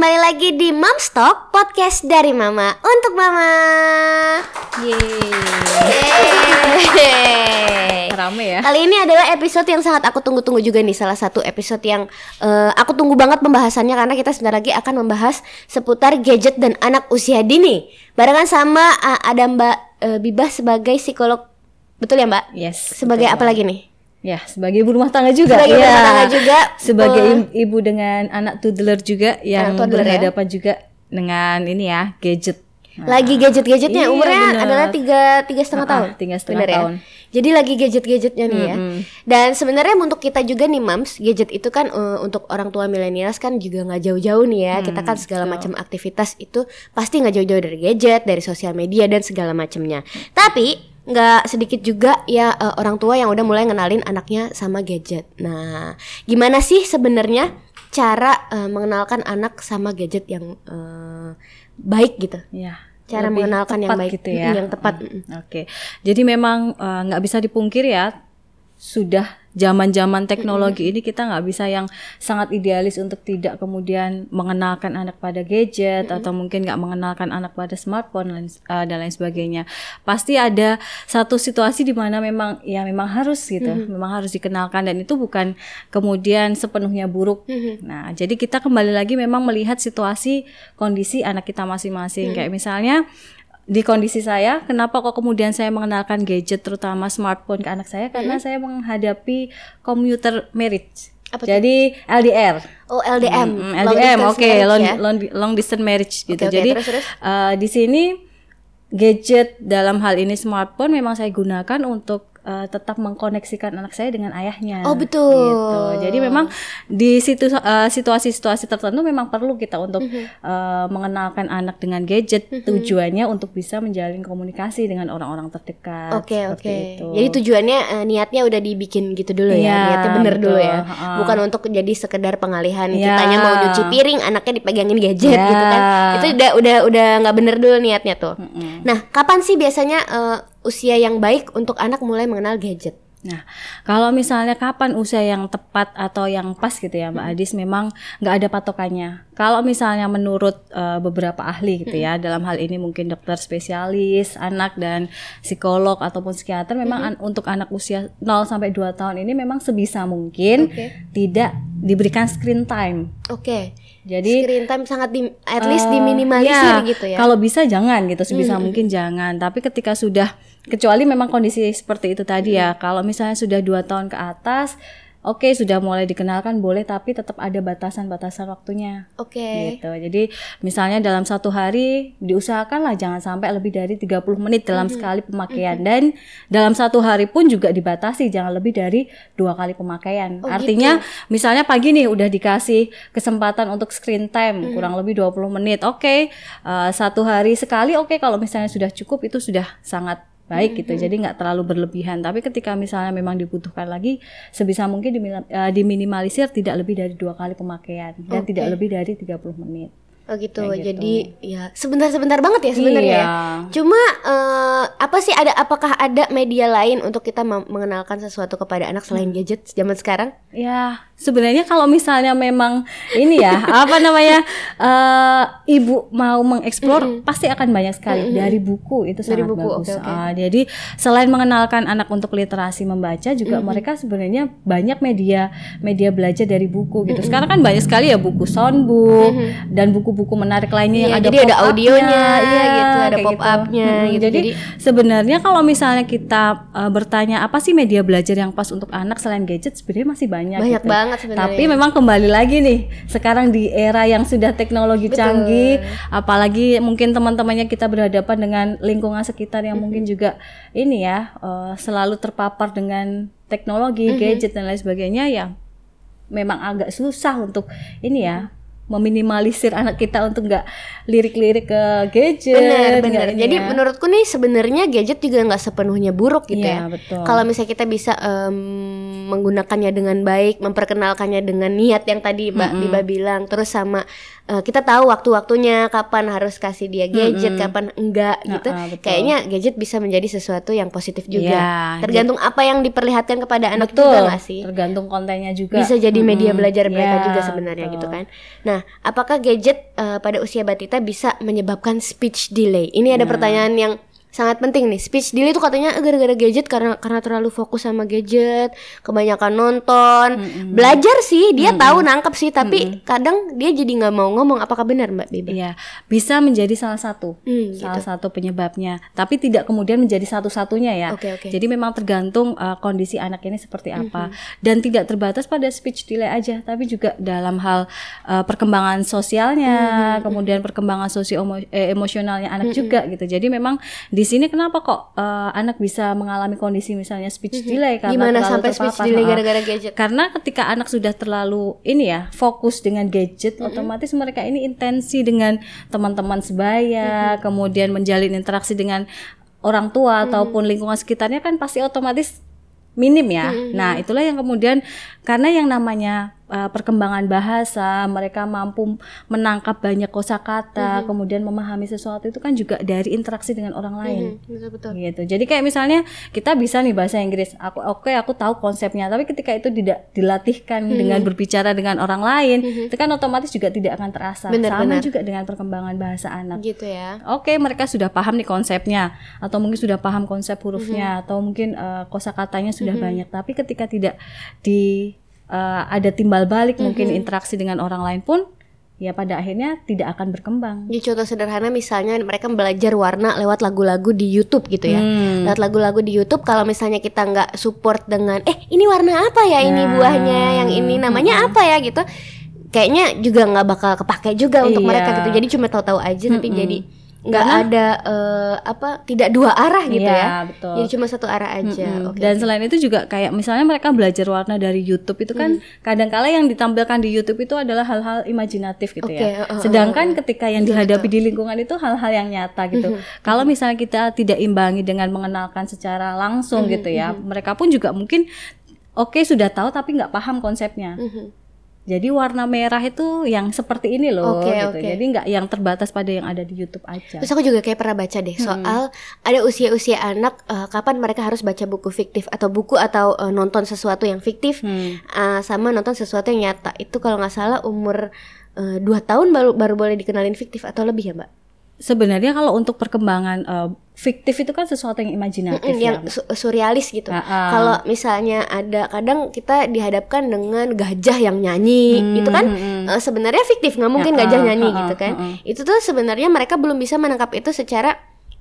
kembali lagi di Moms Talk, podcast dari Mama untuk Mama. Yeay. Rame ya. Kali ini adalah episode yang sangat aku tunggu-tunggu juga nih. Salah satu episode yang aku tunggu banget pembahasannya, karena kita sebentar lagi akan membahas seputar gadget dan anak usia dini. Barengan sama ada Mbak Bibah sebagai psikolog. Betul ya Mbak? Yes. Sebagai betul. apa lagi nih? Ya, sebagai ibu rumah tangga juga. Sebagai ibu rumah tangga juga. Sebagai ibu dengan anak toddler juga yang berhadapan juga dengan ini ya, gadget. Lagi gadget-gadgetnya, Iya, umurnya bener. adalah 3,5 tahun. 3,5 tahun. Ya? Jadi lagi gadget-gadgetnya nih ya. Dan sebenarnya untuk kita juga nih Mams, gadget itu kan untuk orang tua milenials kan juga nggak jauh-jauh nih ya. Kita kan segala macam aktivitas itu pasti nggak jauh-jauh dari gadget, dari sosial media dan segala macamnya. Tapi nggak sedikit juga ya orang tua yang udah mulai ngenalin anaknya sama gadget. Nah, gimana sih sebenarnya cara mengenalkan anak sama gadget yang baik gitu? Ya. Cara mengenalkan yang baik gitu ya. Yang tepat. Oke. Jadi memang nggak bisa dipungkir ya, sudah zaman-zaman teknologi ini kita nggak bisa yang sangat idealis untuk tidak kemudian mengenalkan anak pada gadget atau mungkin nggak mengenalkan anak pada smartphone dan lain sebagainya. Pasti ada satu situasi di mana memang harus gitu, memang harus dikenalkan, dan itu bukan kemudian sepenuhnya buruk. Nah, jadi kita kembali lagi memang melihat situasi kondisi anak kita masing-masing. Kayak misalnya di kondisi saya, kenapa kok kemudian saya mengenalkan gadget terutama smartphone ke anak saya? Karena saya menghadapi commuter marriage. Jadi LDR. Oh, LDM. LDM, long distance marriage gitu. Jadi terus. Di sini gadget dalam hal ini smartphone memang saya gunakan untuk tetap mengkoneksikan anak saya dengan ayahnya. Oh, betul. Gitu. Jadi memang di situasi-situasi tertentu memang perlu kita untuk mengenalkan anak dengan gadget. Tujuannya untuk bisa menjalin komunikasi dengan orang-orang terdekat. Oke. Itu. Jadi tujuannya niatnya udah dibikin gitu dulu ya. Niatnya bener dulu ya. Bukan untuk jadi sekedar pengalihan. Kitanya mau nyuci piring, anaknya dipegangin gadget gitu kan. Itu udah nggak bener dulu niatnya tuh. Nah, kapan sih biasanya usia yang baik untuk anak mulai mengenal gadget? Nah, kalau misalnya kapan usia yang tepat atau yang pas gitu ya Mbak Adis, memang nggak ada patokannya. Kalau misalnya menurut beberapa ahli gitu ya, dalam hal ini mungkin dokter spesialis anak dan psikolog ataupun psikiater, memang untuk anak usia 0 sampai 2 tahun ini memang sebisa mungkin tidak diberikan screen time. Oke. Jadi screen time sangat at least diminimalisir gitu ya. Kalau bisa jangan gitu, sebisa mungkin jangan. Tapi ketika sudah, kecuali memang kondisi seperti itu tadi ya. Kalau misalnya sudah 2 tahun ke atas, oke, sudah mulai dikenalkan boleh, tapi tetap ada batasan-batasan waktunya. Oke. Gitu. Jadi misalnya dalam satu hari diusahakanlah jangan sampai lebih dari 30 menit dalam sekali pemakaian. Dan dalam satu hari pun juga dibatasi jangan lebih dari 2 kali pemakaian. Artinya misalnya pagi nih udah dikasih kesempatan untuk screen time kurang lebih 20 menit. Oke, satu hari sekali oke, kalau misalnya sudah cukup itu sudah sangat baik gitu. Jadi nggak terlalu berlebihan. Tapi ketika misalnya memang dibutuhkan lagi, sebisa mungkin diminimalisir tidak lebih dari 2 kali pemakaian dan tidak lebih dari 30 menit. Oh gitu. Jadi ya sebentar-sebentar banget ya sebenarnya. Iya. Cuma apakah ada media lain untuk kita mengenalkan sesuatu kepada anak selain gadget zaman sekarang? Ya, sebenarnya kalau misalnya memang ini ya, ibu mau mengeksplor pasti akan banyak sekali dari buku, itu sangat bagus. Jadi selain mengenalkan anak untuk literasi membaca, juga mereka sebenarnya banyak media belajar dari buku gitu. Sekarang kan banyak sekali ya buku soundbook dan buku-buku menarik lainnya yang ada jadi ada audionya, gitu, ada pop-up-nya gitu. Jadi sebenarnya kalau misalnya kita bertanya apa sih media belajar yang pas untuk anak selain gadget, sebenarnya masih banyak gitu. Banget sebenarnya. Tapi memang kembali lagi nih, sekarang di era yang sudah teknologi canggih, apalagi mungkin teman-temannya kita berhadapan dengan lingkungan sekitar yang mungkin juga ini ya selalu terpapar dengan teknologi, gadget dan lain sebagainya, ya memang agak susah untuk ini ya meminimalisir anak kita untuk nggak lirik-lirik ke gadget. Benar. Jadi menurutku nih sebenarnya gadget juga nggak sepenuhnya buruk gitu ya. Betul. Kalau misalnya kita bisa menggunakannya dengan baik, memperkenalkannya dengan niat yang tadi Mbak Biba bilang, terus sama kita tahu waktu-waktunya kapan harus kasih dia gadget, kapan enggak gitu. Kayaknya gadget bisa menjadi sesuatu yang positif juga. Tergantung apa yang diperlihatkan kepada anak juga nggak sih? Tergantung kontennya juga. Bisa jadi media belajar mereka juga sebenarnya gitu kan. Nah, apakah gadget pada usia batita bisa menyebabkan speech delay? Ini ada pertanyaan yang sangat penting nih. Speech delay itu katanya gara-gara gadget, karena terlalu fokus sama gadget, kebanyakan nonton. Belajar sih dia tahu nangkep sih, tapi kadang dia jadi nggak mau ngomong. Apakah benar Mbak Biba? Iya, bisa menjadi salah satu gitu. satu penyebabnya, tapi tidak kemudian menjadi satu-satunya ya. Jadi memang tergantung kondisi anak ini seperti apa, dan tidak terbatas pada speech delay aja, tapi juga dalam hal perkembangan sosialnya, kemudian perkembangan emosionalnya anak juga gitu. Jadi memang di sini kenapa kok anak bisa mengalami kondisi misalnya speech delay, karena gimana sampai speech delay gara-gara gadget? Karena ketika anak sudah terlalu fokus dengan gadget, otomatis mereka ini intensi dengan teman-teman sebaya, kemudian menjalin interaksi dengan orang tua ataupun lingkungan sekitarnya kan pasti otomatis minim ya. Nah, itulah yang kemudian karena yang namanya perkembangan bahasa, mereka mampu menangkap banyak kosakata, kemudian memahami sesuatu itu kan juga dari interaksi dengan orang lain. Betul. Gitu. Jadi kayak misalnya kita bisa nih bahasa Inggris, aku tahu konsepnya, tapi ketika itu tidak dilatihkan dengan berbicara dengan orang lain, itu kan otomatis juga tidak akan terasa. Sama juga dengan perkembangan bahasa anak. Gitu ya. Oke, mereka sudah paham nih konsepnya, atau mungkin sudah paham konsep hurufnya, atau mungkin kosakatanya sudah banyak, tapi ketika tidak ada timbal balik mungkin interaksi dengan orang lain pun ya pada akhirnya tidak akan berkembang. Jadi contoh sederhana misalnya mereka belajar warna lewat lagu-lagu di YouTube gitu ya. Lewat lagu-lagu di YouTube, kalau misalnya kita nggak support dengan ini warna apa ya, ini buahnya, yang ini namanya apa ya gitu, kayaknya juga nggak bakal kepake juga untuk mereka gitu. Jadi cuma tahu-tahu aja tapi jadi nggak ada tidak dua arah gitu ya. Betul. Jadi cuma satu arah aja. Dan selain itu juga kayak misalnya mereka belajar warna dari YouTube itu kan kadang-kala yang ditampilkan di YouTube itu adalah hal-hal imajinatif gitu ya. Sedangkan ketika yang dihadapi di lingkungan itu hal-hal yang nyata gitu. Kalau misalnya kita tidak imbangi dengan mengenalkan secara langsung gitu ya, mereka pun juga mungkin sudah tahu tapi nggak paham konsepnya. Jadi warna merah itu yang seperti ini loh gitu. Jadi nggak yang terbatas pada yang ada di YouTube aja. Terus aku juga kayak pernah baca deh soal ada usia-usia anak kapan mereka harus baca buku fiktif atau nonton sesuatu yang fiktif sama nonton sesuatu yang nyata. Itu kalau nggak salah umur 2 tahun baru boleh dikenalin fiktif atau lebih ya Mbak? Sebenarnya kalau untuk perkembangan fiktif itu kan sesuatu yang imajinatif yang surrealis gitu. Kalau misalnya ada kadang kita dihadapkan dengan gajah yang nyanyi, itu kan sebenarnya fiktif, nggak mungkin gajah nyanyi gitu kan. Itu tuh sebenarnya mereka belum bisa menangkap itu secara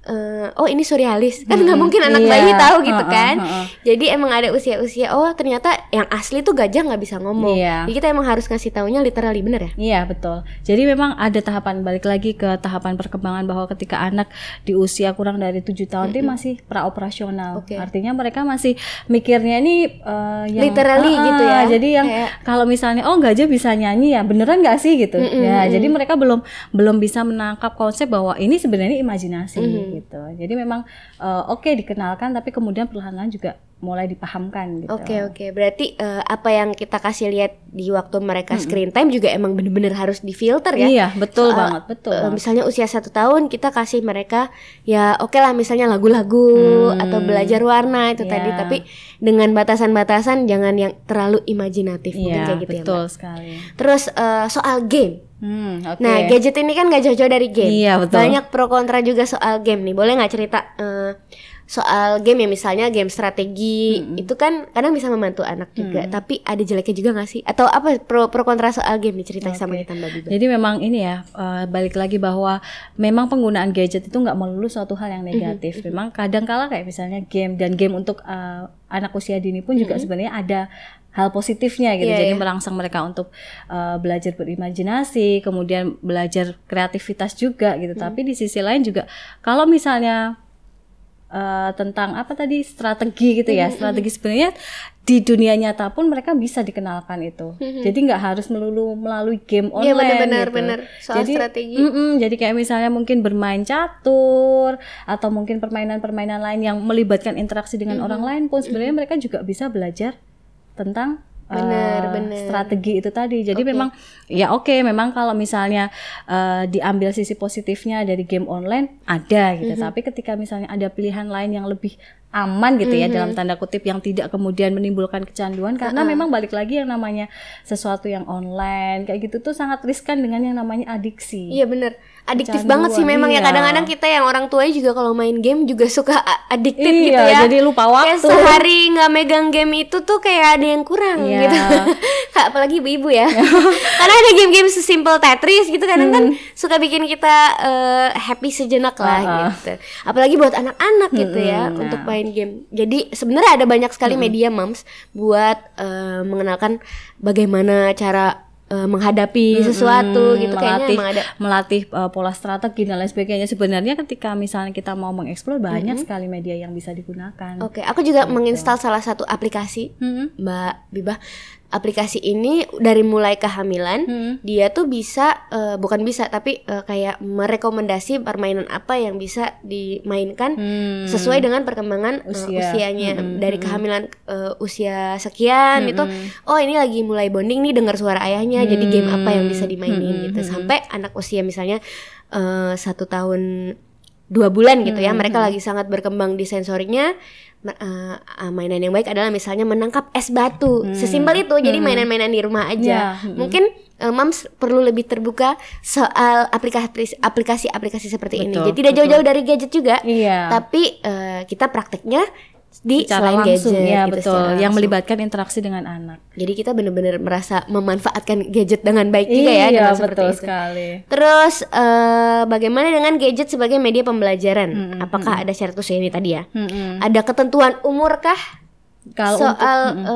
ini surrealis kan, nggak mungkin anak bayi tahu gitu kan. Jadi emang ada usia-usia ternyata yang asli tuh gajah nggak bisa ngomong. Jadi kita emang harus ngasih taunya literally, bener ya? Iya betul. Jadi memang ada tahapan, balik lagi ke tahapan perkembangan bahwa ketika anak di usia kurang dari 7 tahun dia masih praoperasional. Artinya mereka masih mikirnya ini yang literally gitu ya. Jadi yang kalau misalnya gajah bisa nyanyi ya beneran nggak sih gitu. Ya jadi mereka belum bisa menangkap konsep bahwa ini sebenarnya imajinasi. Gitu. Jadi memang dikenalkan tapi kemudian perlahan-lahan juga mulai dipahamkan gitu. Oke. Berarti apa yang kita kasih lihat di waktu mereka screen time juga emang bener-bener harus difilter ya. Iya, betul banget, betul. Misalnya usia 1 tahun kita kasih mereka ya lah misalnya lagu-lagu atau belajar warna itu tadi, tapi dengan batasan-batasan jangan yang terlalu imajinatif mungkin kayak gitu ya. Betul sekali. Terus soal game. Nah, gadget ini kan gak jauh-jauh dari game. Iya, betul. Banyak pro kontra juga soal game nih. Boleh gak cerita soal game ya, misalnya game strategi itu kan kadang bisa membantu anak juga, tapi ada jeleknya juga gak sih? Atau apa pro kontra soal game nih, cerita sama kita Mbak Biba. Jadi memang ini ya, balik lagi bahwa memang penggunaan gadget itu gak melulu suatu hal yang negatif. Memang kadang kala kayak misalnya game untuk anak usia dini pun juga sebenarnya ada hal positifnya gitu. Jadi merangsang mereka untuk belajar berimajinasi, kemudian belajar kreativitas juga gitu. Tapi di sisi lain juga kalau misalnya tentang strategi gitu ya. Strategi sebenarnya di dunia nyata pun mereka bisa dikenalkan itu. Jadi nggak harus melulu melalui game online benar. Soal jadi, strategi. Jadi kayak misalnya mungkin bermain catur atau mungkin permainan-permainan lain yang melibatkan interaksi dengan orang lain pun sebenarnya mereka juga bisa belajar tentang strategi itu tadi. Jadi memang ya memang kalau misalnya diambil sisi positifnya dari game online ada gitu. Tapi ketika misalnya ada pilihan lain yang lebih aman gitu ya dalam tanda kutip, yang tidak kemudian menimbulkan kecanduan, karena memang balik lagi yang namanya sesuatu yang online kayak gitu tuh sangat riskan dengan yang namanya adiksi. Iya benar, adiktif banget sih memang ya. Kadang-kadang kita yang orang tuanya juga kalau main game juga suka adiktif gitu ya. Jadi lupa waktu. Kayak sehari nggak megang game itu tuh kayak ada yang kurang gitu. Apalagi ibu-ibu ya. Karena ada game-game sesimpel Tetris gitu kadang kan suka bikin kita happy sejenak lah gitu. Apalagi buat anak-anak gitu ya untuk main game. Jadi sebenarnya ada banyak sekali media moms buat mengenalkan bagaimana cara menghadapi sesuatu gitu, melatih pola strategi dan lain sebagainya. Sebenarnya ketika misalnya kita mau mengeksplor banyak sekali media yang bisa digunakan. Aku juga menginstal salah satu aplikasi, Mbak Bibah. Aplikasi ini dari mulai kehamilan dia tuh bisa tapi kayak merekomendasi permainan apa yang bisa dimainkan sesuai dengan perkembangan usianya. Dari kehamilan usia sekian itu ini lagi mulai bonding nih dengar suara ayahnya, jadi game apa yang bisa dimainin gitu. Sampai anak usia misalnya 1 tahun 2 bulan gitu ya, mereka lagi sangat berkembang di sensorinya. Mainan yang baik adalah misalnya menangkap es batu, sesimpel itu. Jadi mainan-mainan di rumah aja. Mungkin moms perlu lebih terbuka soal aplikasi-aplikasi seperti ini. Jadi tidak jauh-jauh dari gadget juga, tapi kita prakteknya di selain langsung, gadget ya gitu, betul, yang melibatkan interaksi dengan anak. Jadi kita benar-benar merasa memanfaatkan gadget dengan baik juga ya, dengan seperti betul itu. Sekali. Terus bagaimana dengan gadget sebagai media pembelajaran? Apakah ada syarat usia ini tadi ya? Ada ketentuan umur kah? Kalau soal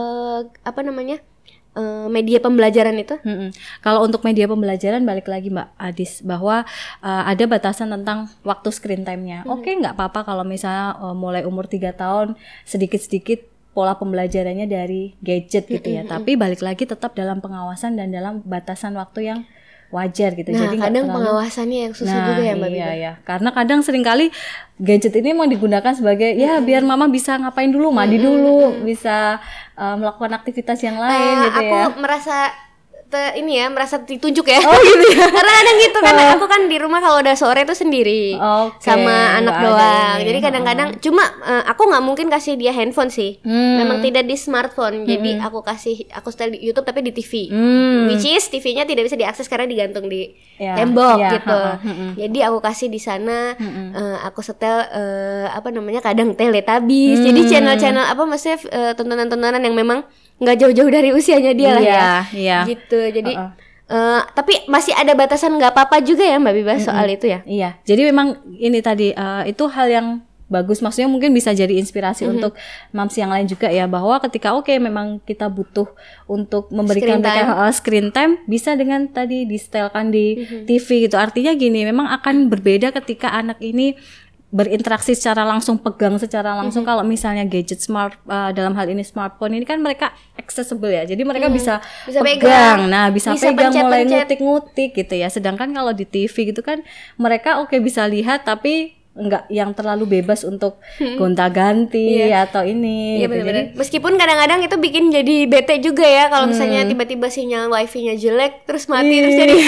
media pembelajaran itu? Kalau untuk media pembelajaran balik lagi Mbak Adis bahwa ada batasan tentang waktu screen time-nya. Oke, nggak apa-apa kalau misalnya mulai umur 3 tahun sedikit-sedikit pola pembelajarannya dari gadget gitu ya. Tapi balik lagi tetap dalam pengawasan dan dalam batasan waktu yang wajar gitu. Nah, jadi kadang pengawasannya yang susah juga ya Mbak Bibah. Iya. Karena kadang seringkali gadget ini emang digunakan sebagai biar mama bisa ngapain dulu, mandi dulu, bisa melakukan aktivitas yang lain gitu ya. Aku merasa merasa ditunjuk ya. Oh gitu ya. Karena kadang gitu kan aku kan di rumah kalau udah sore tuh sendiri sama anak doang. Jadi kadang-kadang cuma aku nggak mungkin kasih dia handphone sih. Memang tidak di smartphone. Jadi aku setel di YouTube tapi di TV. Which is TV-nya tidak bisa diakses karena digantung di tembok gitu. Jadi aku kasih di sana. Aku setel kadang Teletubbies. Jadi channel-channel maksudnya tontonan-tontonan yang memang nggak jauh-jauh dari usianya dia lah ya. Gitu. Jadi tapi masih ada batasan, nggak apa-apa juga ya Mbak Bibah soal itu ya. Iya. Jadi memang ini tadi itu hal yang bagus, maksudnya mungkin bisa jadi inspirasi untuk moms yang lain juga ya, bahwa ketika memang kita butuh untuk memberikan mereka screen time bisa dengan tadi di-setelkan di TV gitu. Artinya gini, memang akan berbeda ketika anak ini berinteraksi secara langsung, pegang secara langsung. Kalau misalnya gadget dalam hal ini smartphone ini kan mereka accessible ya, jadi mereka bisa pegang, bisa pegang mulai ngutik-ngutik gitu ya. Sedangkan kalau di TV gitu kan mereka bisa lihat tapi enggak yang terlalu bebas untuk gonta-ganti atau ini gitu. Jadi meskipun kadang-kadang itu bikin jadi bete juga ya kalau misalnya tiba-tiba sinyal wifi-nya jelek terus mati terus jadi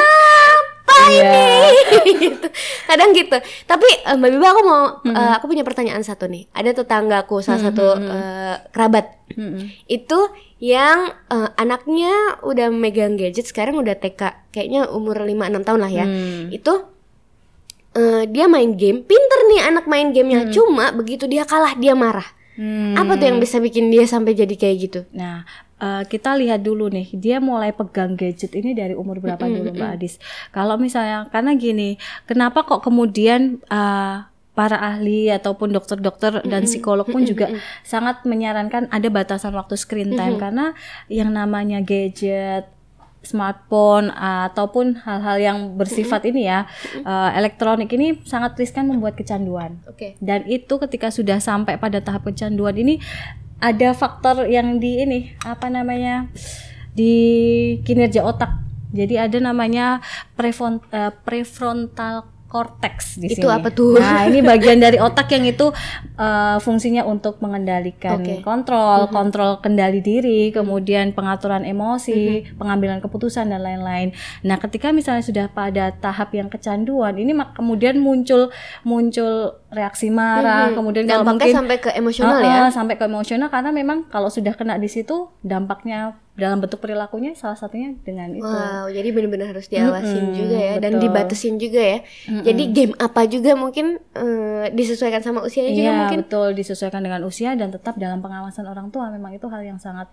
gitu. Kadang gitu. Tapi Mbak Bibah aku punya pertanyaan satu nih. Ada tetanggaku salah satu kerabat. Itu yang anaknya udah megang gadget sekarang udah TK. Kayaknya umur 5-6 tahun lah ya. Itu dia main game, pinter nih anak main gamenya. Cuma begitu dia kalah dia marah. Apa tuh yang bisa bikin dia sampai jadi kayak gitu? Nah, kita lihat dulu nih, dia mulai pegang gadget ini dari umur berapa dulu Mbak Adis? Kalau misalnya, karena gini, kenapa kok kemudian para ahli ataupun dokter-dokter dan psikolog pun juga sangat menyarankan ada batasan waktu screen time, karena yang namanya gadget, smartphone ataupun hal-hal yang bersifat ini ya elektronik ini sangat riskan membuat kecanduan. Dan itu ketika sudah sampai pada tahap kecanduan ini ada faktor yang di kinerja otak. Jadi ada namanya prefrontal cortex di Itu sini. apa tuh? Nah, ini bagian dari otak yang itu fungsinya untuk mengendalikan kontrol kendali diri, kemudian pengaturan emosi, pengambilan keputusan dan lain-lain. Nah, ketika misalnya sudah pada tahap yang kecanduan, ini kemudian muncul reaksi marah, kemudian kalau mungkin sampai ke emosional ya. Sampai ke emosional, karena memang kalau sudah kena di situ dampaknya dalam bentuk perilakunya salah satunya dengan itu. Wow, jadi benar-benar harus diawasin juga ya, betul. dan dibatasin juga ya. Jadi game apa juga mungkin disesuaikan sama usianya juga mungkin. Iya, betul, disesuaikan dengan usia dan tetap dalam pengawasan orang tua. Memang itu hal yang sangat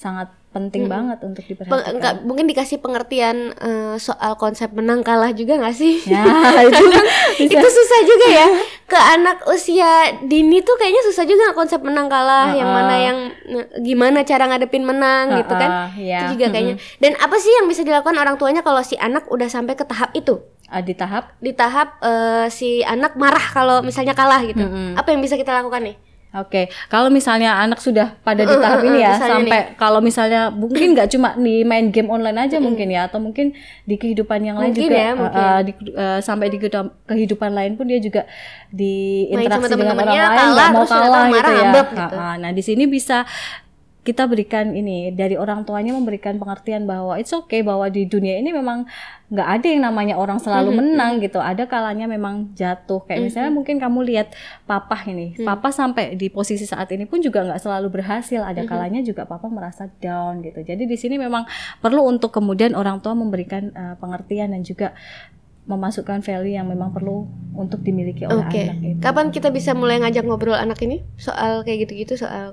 penting banget untuk diperhatikan. Mungkin dikasih pengertian soal konsep menang kalah juga nggak sih? Ya, itu kan itu susah juga ya. Ke anak usia dini tuh kayaknya susah juga konsep menang kalah, yang mana yang gimana cara ngadepin menang gitu kan. Ya. Itu juga kayaknya. Dan apa sih yang bisa dilakukan orang tuanya kalau si anak udah sampai ke tahap itu? Di tahap si anak marah kalau misalnya kalah gitu. Apa yang bisa kita lakukan nih? Oke, kalau misalnya anak sudah pada di tahap ini ya, sampai kalau misalnya mungkin nggak cuma di main game online aja mungkin ya, atau mungkin di kehidupan yang lain mungkin juga, ya, sampai di kehidupan lain pun dia juga diinteraksi dengan orang lain, kalah, nggak mau kalah gitu ya. Gitu. Nah, di sini bisa kita berikan ini, dari orang tuanya memberikan pengertian bahwa it's okay, bahwa di dunia ini memang nggak ada yang namanya orang selalu menang gitu. Ada kalanya memang jatuh. Kayak misalnya mungkin kamu lihat papa ini, papa sampai di posisi saat ini pun juga nggak selalu berhasil. Ada kalanya juga papa merasa down gitu. Jadi di sini memang perlu untuk kemudian orang tua memberikan pengertian dan juga memasukkan value yang memang perlu untuk dimiliki oleh anak itu. Kapan kita bisa mulai ngajak ngobrol anak ini soal kayak gitu-gitu, soal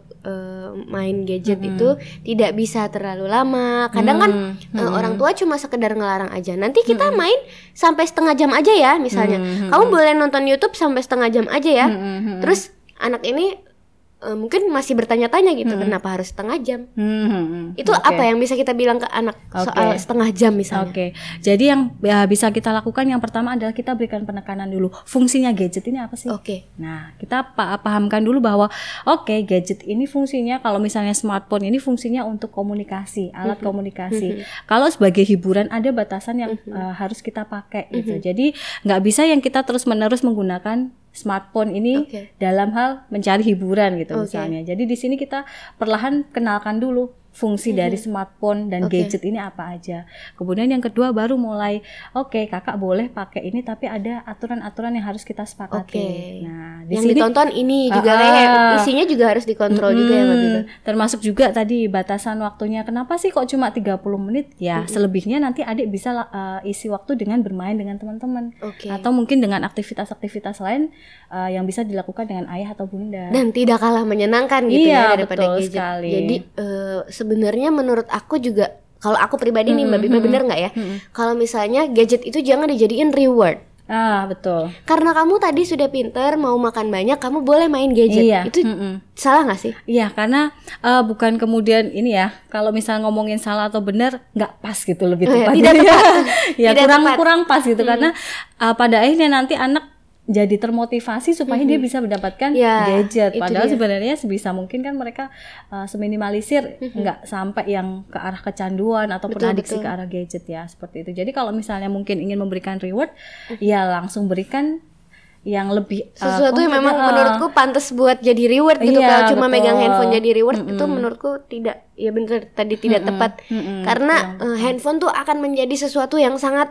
main gadget itu tidak bisa terlalu lama. Kadang kan orang tua cuma sekedar ngelarang aja. Nanti kita main sampai setengah jam aja ya misalnya. Kamu boleh nonton YouTube sampai setengah jam aja ya. Terus anak ini mungkin masih bertanya-tanya gitu, kenapa harus setengah jam? Itu apa yang bisa kita bilang ke anak soal setengah jam misalnya? Jadi yang bisa kita lakukan yang pertama adalah kita berikan penekanan dulu. Fungsinya gadget ini apa sih? Nah, kita pahamkan dulu bahwa gadget ini fungsinya, kalau misalnya smartphone ini fungsinya untuk komunikasi, alat komunikasi. Kalau sebagai hiburan ada batasan yang harus kita pakai gitu. Jadi nggak bisa yang kita terus-menerus menggunakan smartphone ini dalam hal mencari hiburan gitu misalnya. Jadi di sini kita perlahan kenalkan dulu fungsi dari smartphone dan gadget ini apa aja. Kemudian yang kedua baru mulai kakak boleh pakai ini, tapi ada aturan-aturan yang harus kita sepakati. Nah, di yang sini ditonton ini juga isinya juga harus dikontrol juga ya Mbak Biba. Termasuk juga tadi batasan waktunya. Kenapa sih kok cuma 30 menit? Ya, selebihnya nanti adik bisa isi waktu dengan bermain dengan teman-teman. Atau mungkin dengan aktivitas-aktivitas lain yang bisa dilakukan dengan ayah atau bunda. Dan tidak kalah menyenangkan gitu ya daripada gadget. Sekali. Jadi sebenarnya menurut aku juga, kalau aku pribadi nih Mbak Biba, bener nggak ya? Kalau misalnya gadget itu jangan dijadiin reward. Betul. Karena kamu tadi sudah pinter, mau makan banyak, kamu boleh main gadget. Itu salah nggak sih? Iya, karena bukan kemudian ini ya, kalau misalnya ngomongin salah atau benar, nggak pas gitu lebih tepat. Tidak tepat. Ya kurang pas gitu, karena pada akhirnya nanti anak jadi termotivasi supaya dia bisa mendapatkan gadget. Padahal sebenarnya sebisa mungkin kan mereka seminimalisir nggak sampai yang ke arah kecanduan ataupun adiksi ke arah gadget ya, seperti itu. Jadi kalau misalnya mungkin ingin memberikan reward, ya langsung berikan yang lebih sesuatu yang memang menurutku pantas buat jadi reward gitu. Kalau cuma megang handphone jadi reward itu menurutku tidak, ya benar tadi tidak tepat. Karena handphone tuh akan menjadi sesuatu yang sangat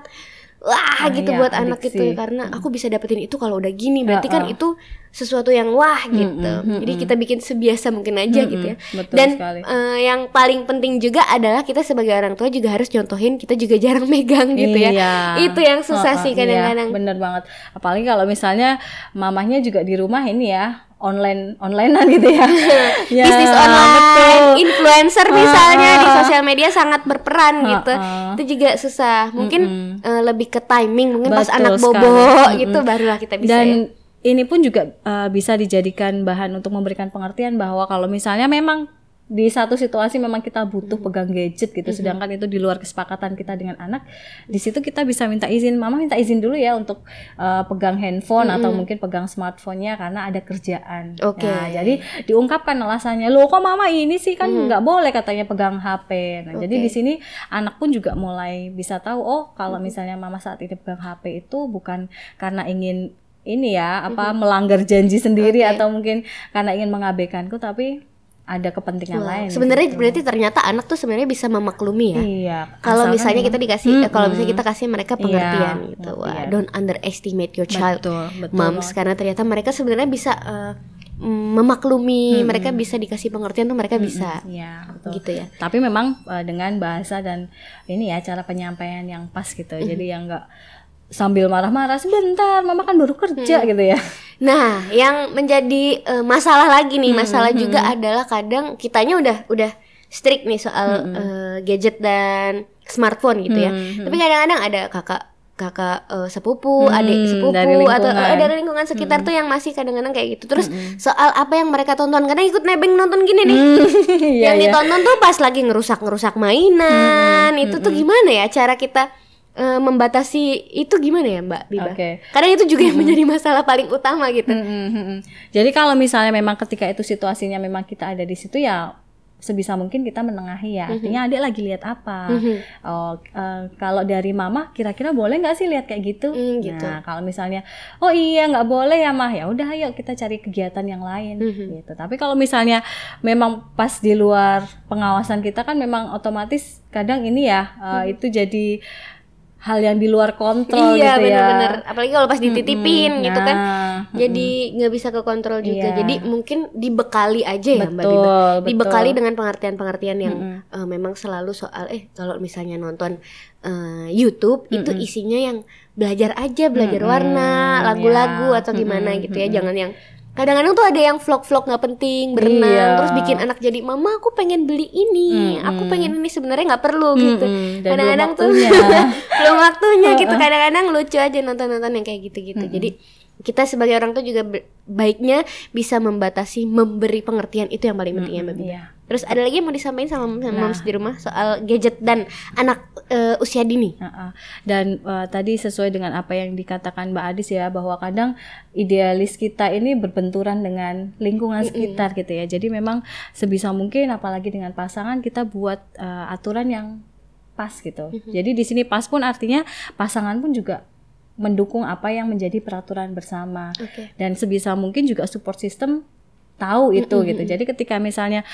gitu buat adiksi. Anak itu, karena aku bisa dapetin itu kalau udah gini, berarti kan itu sesuatu yang gitu. Jadi kita bikin sebiasa mungkin aja gitu ya. Dan yang paling penting juga adalah kita sebagai orang tua juga harus contohin, kita juga jarang megang gitu ya. Itu yang susah sih kadang-kadang. Bener banget. Apalagi kalau misalnya mamahnya juga di rumah ini ya, onlinean gitu ya. Bisnis online, influencer misalnya di sosial media sangat berperan gitu. Itu juga susah. Mungkin lebih ke timing, mungkin pas anak bobo gitu barulah kita bisa. Dan ini pun juga bisa dijadikan bahan untuk memberikan pengertian bahwa kalau misalnya memang di satu situasi memang kita butuh pegang gadget gitu, sedangkan itu di luar kesepakatan kita dengan anak, di situ kita bisa minta izin, mama minta izin dulu ya untuk pegang handphone atau mungkin pegang smartphone-nya karena ada kerjaan. Nah, jadi diungkapkan alasannya, loh kok mama ini sih kan nggak boleh katanya pegang HP. Nah, jadi di sini anak pun juga mulai bisa tahu, oh kalau misalnya mama saat ini pegang HP itu bukan karena ingin ini ya melanggar janji sendiri atau mungkin karena ingin mengabaikanku, tapi ada kepentingan lain. Sebenarnya berarti ternyata anak tuh sebenarnya bisa memaklumi ya. Iya. Kalau misalnya kita dikasih, kalau misalnya kita kasih mereka pengertian gitu. Wah, don't underestimate your child, moms, karena ternyata mereka sebenarnya bisa memaklumi, mereka bisa dikasih pengertian tuh mereka bisa. Iya, betul. Gitu ya. Tapi memang dengan bahasa dan ini ya cara penyampaian yang pas gitu. Jadi yang enggak sambil marah-marah, sebentar mama kan baru kerja gitu ya. Nah, yang menjadi masalah lagi nih, masalah juga adalah kadang kitanya udah strict nih soal gadget dan smartphone gitu ya. Tapi kadang-kadang ada kakak sepupu, adik sepupu atau dari lingkungan sekitar tuh yang masih kadang-kadang kayak gitu. Terus soal apa yang mereka tonton, kadang ikut nebeng nonton gini nih. Yang ditonton tuh pas lagi ngerusak ngerusak mainan. Itu tuh gimana ya cara kita membatasi itu gimana ya Mbak Biba? Karena itu juga yang menjadi masalah paling utama gitu. Jadi kalau misalnya memang ketika itu situasinya memang kita ada di situ ya sebisa mungkin kita menengahi ya. Artinya adik lagi lihat apa? Kalau dari mama kira-kira boleh nggak sih lihat kayak gitu? Gitu. Nah kalau misalnya oh iya nggak boleh ya mah, ya udah ayo kita cari kegiatan yang lain gitu. Tapi kalau misalnya memang pas di luar pengawasan kita kan memang otomatis kadang ini ya itu jadi hal yang di luar kontrol gitu ya. Iya benar-benar. Apalagi kalau pas dititipin gitu kan. Jadi nggak bisa kekontrol juga. Jadi mungkin dibekali aja ya Mbak Biba. Dibekali dengan pengertian-pengertian yang memang selalu soal kalau misalnya nonton YouTube itu isinya yang belajar aja, belajar warna, lagu-lagu atau gimana gitu ya. Jangan yang kadang-kadang tuh ada yang vlog-vlog nggak penting berenang terus bikin anak jadi mama aku pengen beli ini, aku pengen ini, sebenarnya nggak perlu gitu. Kadang-kadang tuh belum waktunya gitu. Kadang-kadang lucu aja nonton-nonton yang kayak gitu-gitu. Jadi kita sebagai orang tua juga baiknya bisa membatasi, memberi pengertian, itu yang paling penting ya Mbak Biba. Terus ada lagi yang mau disampaikan sama moms di rumah soal gadget dan anak usia dini. Dan tadi sesuai dengan apa yang dikatakan Mbak Adis ya, bahwa kadang idealis kita ini berbenturan dengan lingkungan sekitar gitu ya. Jadi memang sebisa mungkin apalagi dengan pasangan kita buat aturan yang pas gitu. Jadi di sini pas pun artinya pasangan pun juga mendukung apa yang menjadi peraturan bersama. Dan sebisa mungkin juga support system tahu itu gitu. Jadi ketika misalnya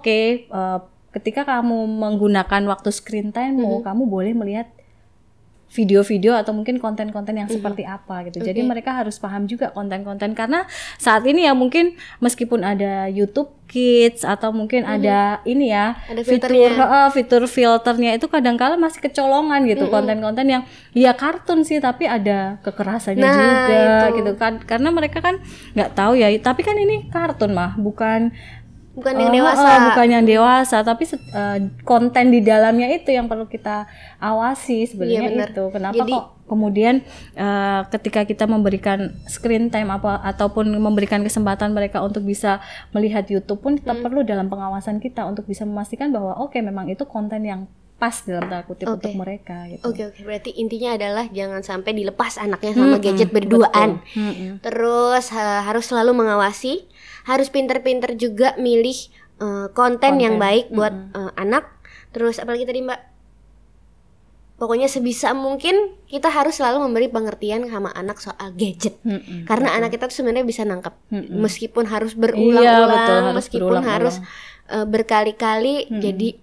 ketika kamu menggunakan waktu screen time-mu, kamu boleh melihat video-video atau mungkin konten-konten yang seperti apa gitu. Jadi mereka harus paham juga konten-konten, karena saat ini ya mungkin meskipun ada YouTube Kids atau mungkin ada ini ya ada fitur filternya itu kadang-kala masih kecolongan gitu. Konten-konten yang ya kartun sih tapi ada kekerasannya juga gitu kan, karena mereka kan nggak tahu ya, tapi kan ini kartun mah bukan yang dewasa. Bukan yang dewasa, tapi konten di dalamnya itu yang perlu kita awasi sebenarnya itu. Kenapa kok kemudian ketika kita memberikan screen time ataupun memberikan kesempatan mereka untuk bisa melihat YouTube pun tetap perlu dalam pengawasan kita untuk bisa memastikan bahwa memang itu konten yang pas dalam tanda kutip untuk mereka gitu. Berarti intinya adalah jangan sampai dilepas anaknya sama gadget berduaan. Terus harus selalu mengawasi, harus pinter-pinter juga milih konten yang baik buat anak. Terus apalagi tadi Mbak, pokoknya sebisa mungkin kita harus selalu memberi pengertian sama anak soal gadget. Karena anak kita tuh sebenarnya bisa nangkep, meskipun harus berulang-ulang, meskipun harus berkali-kali. Jadi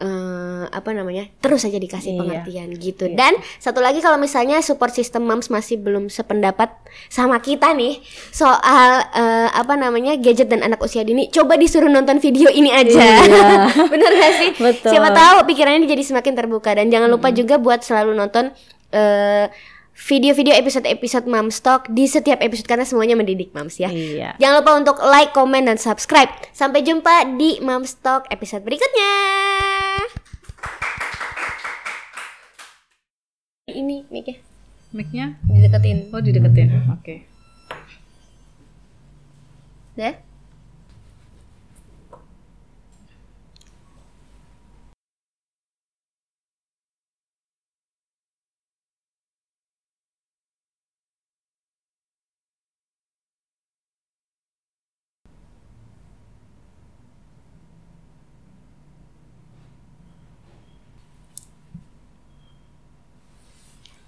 terus aja dikasih pengertian gitu. Dan satu lagi, kalau misalnya support system moms masih belum sependapat sama kita nih soal gadget dan anak usia dini, coba disuruh nonton video ini aja. Bener gak sih? Betul. Siapa tahu pikirannya jadi semakin terbuka. Dan jangan lupa juga buat selalu nonton video-video episode-episode Moms Talk di setiap episode, karena semuanya mendidik moms ya. Jangan lupa untuk like, comment, dan subscribe. Sampai jumpa di Moms Talk episode berikutnya. Ini mic-nya dideketin. dideketin. Oke. Dah?